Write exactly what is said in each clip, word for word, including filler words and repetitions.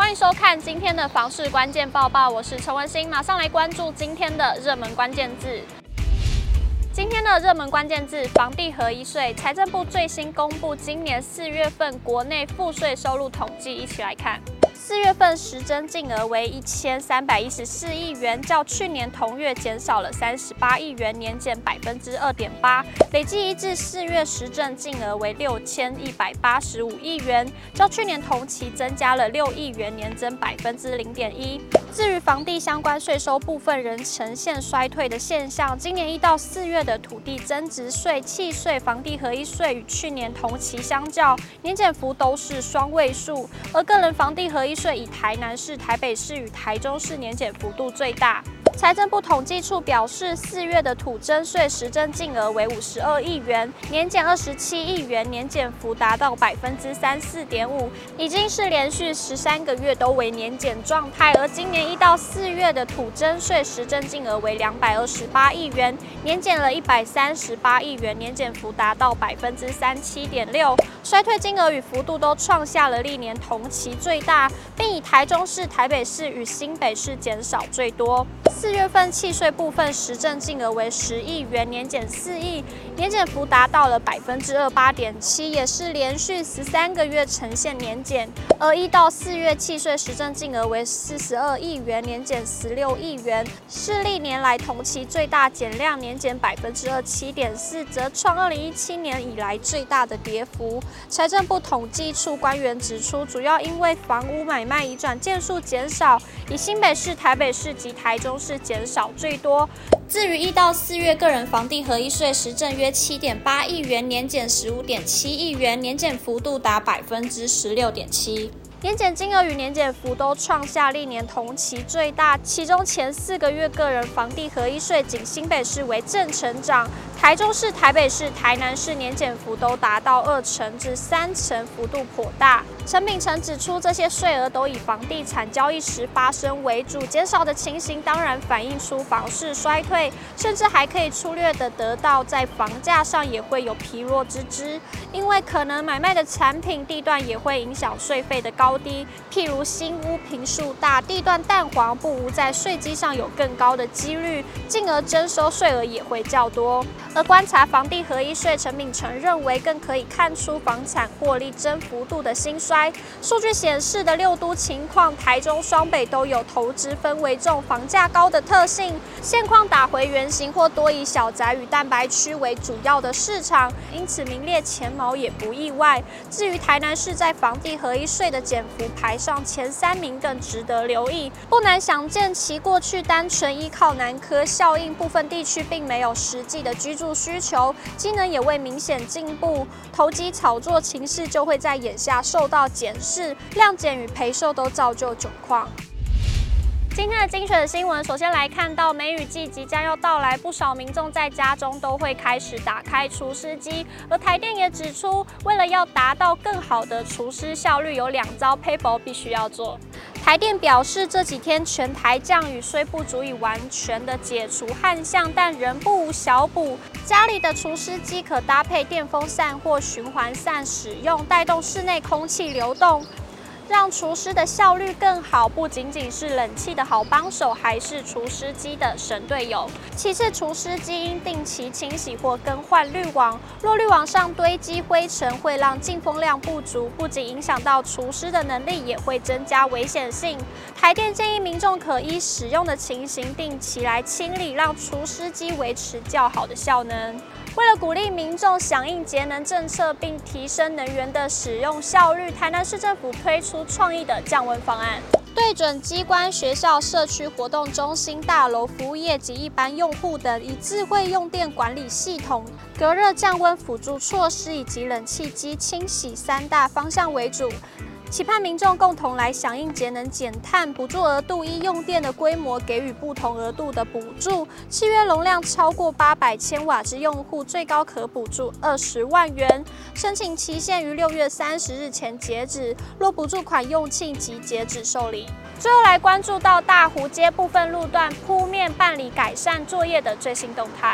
欢迎收看今天的房市关键报报，我是陈文心，马上来关注今天的热门关键字。今天的热门关键字：房地合一税。财政部最新公布今年四月份国内赋税收入统计，一起来看。四月份实征净额为一千三百一十四亿元，较去年同月减少了三十八亿元，年减百分之二点八。累计一至四月实征净额为六千一百八十五亿元，较去年同期增加了六亿元，年增百分之零点一。至于房地相关税收部分仍呈现衰退的现象，今年一到四月的土地增值税、契税、房地合一税与去年同期相较，年减幅都是双位数，而个人房地合一税以台南市、台北市与台中市年减幅度最大。财政部统计处表示，四月的土增税实征净额为五十二亿元，年减二十七亿元，年减幅达到百分之三四点五，已经是连续十三个月都为年减状态。而今年一到四月的土增税实征净额为两百二十八亿元，年减了一百三十八亿元，年减幅达到百分之三七点六，衰退金额与幅度都创下了历年同期最大，并以台中市、台北市与新北市减少最多。四月份契税部分实征净额为十亿元，年减四亿，年减幅达到了百分之二八点七，也是连续十三个月呈现年减。而一到四月契税实征净额为四十二亿元，年减十六亿元，是历年来同期最大减量，年减百分之二七点四，则创二零一七年以来最大的跌幅。财政部统计处官员指出，主要因为房屋买卖移转件数减少，以新北市、台北市及台中市减少最多。至于一到四月个人房地合一税实征约七点八亿元，年减十五点七亿元，年减幅度达百分之十六点七。年减金额与年减幅都创下历年同期最大，其中前四个月个人房地合一税仅新北市为正成长，台中市、台北市、台南市年减幅都达到二成至三成，幅度颇大。陈秉成指出，这些税额都以房地产交易时发生为主，减少的情形当然反映出房市衰退，甚至还可以粗略的得到在房价上也会有疲弱之姿，因为可能买卖的产品地段也会影响税费的高低，譬如新屋坪数大、地段淡黄不无在税基上有更高的几率，进而征收税额也会较多。而观察房地合一税，陈秉成认为更可以看出房产获利增幅度的兴衰。数据显示的六都情况，台中、双北都有投资氛围重、房价高的特性，现况打回原形或多以小宅与蛋白区为主要的市场，因此名列前茅也不意外。至于台南市在房地合一税的减幅排上前三名更值得留意，不难想见其过去单纯依靠南科效应，部分地区并没有实际的居住需求，机能也未明显进步，投机炒作情势就会在眼下受到检视，量减与赔售都造就窘况。今天的精选新闻，首先来看到梅雨季即将要到来，不少民众在家中都会开始打开除湿机，而台电也指出，为了要达到更好的除湿效率，有两招 paper 必须要做。台电表示，这几天全台降雨虽不足以完全的解除旱象，但仍不无小补。家里的除湿机可搭配电风扇或循环扇使用，带动室内空气流动，让除湿的效率更好，不仅仅是冷气的好帮手，还是除湿机的神队友。其次，除湿机应定期清洗或更换滤网，若滤网上堆积灰尘，会让进风量不足，不仅影响到除湿的能力，也会增加危险性。台电建议民众可依使用的情形定期来清理，让除湿机维持较好的效能。为了鼓励民众响应节能政策，并提升能源的使用效率，台南市政府推出创意的降温方案，对准机关、学校、社区活动中心大楼、服务业及一般用户等，以智慧用电管理系统、隔热降温辅助措施以及冷气机清洗三大方向为主。期盼民众共同来响应节能减碳，补助额度依用电的规模给予不同额度的补助。契约容量超过八百千瓦之用户，最高可补助二十万元。申请期限于六月三十日前截止，若补助款用罄即截止受理。最后来关注到大湖街部分路段铺面办理改善作业的最新动态。大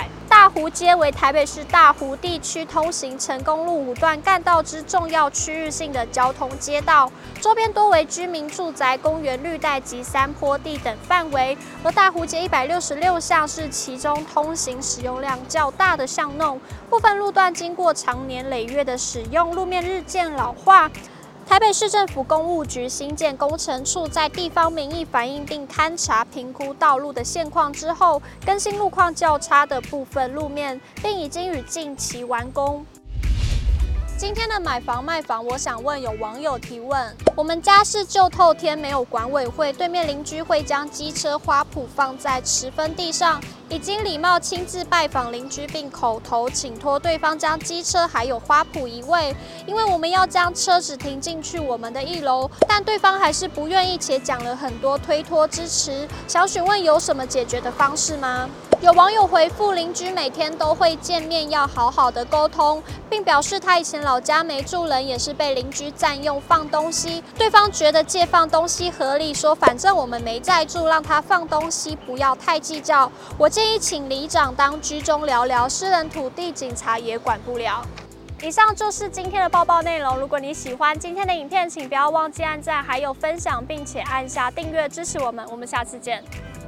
大湖街为台北市大湖地区通行成功路五段干道之重要区域性的交通街道，周边多为居民住宅、公园绿带及山坡地等范围。而大湖街一百六十六巷是其中通行使用量较大的巷弄，部分路段经过长年累月的使用，路面日渐老化。台北市政府公务局新建工程处在地方民意反映并勘查评估道路的现况之后，更新路况较差的部分路面，并已经于近期完工。今天的买房卖房，我想问有网友提问：我们家是旧透天，没有管委会，对面邻居会将机车花圃放在持分地上，已经礼貌亲自拜访邻居，并口头请托对方将机车还有花圃移位，因为我们要将车子停进去我们的一楼，但对方还是不愿意，且讲了很多推脱支持，想询问有什么解决的方式吗？有网友回复，邻居每天都会见面，要好好的沟通，并表示他以前老家没住人，也是被邻居占用放东西，对方觉得借放东西合理，说反正我们没在住，让他放东西，不要太计较。我建议请里长当居中聊聊，私人土地警察也管不了。以上就是今天的报报内容。如果你喜欢今天的影片，请不要忘记按赞，还有分享，并且按下订阅支持我们。我们下次见。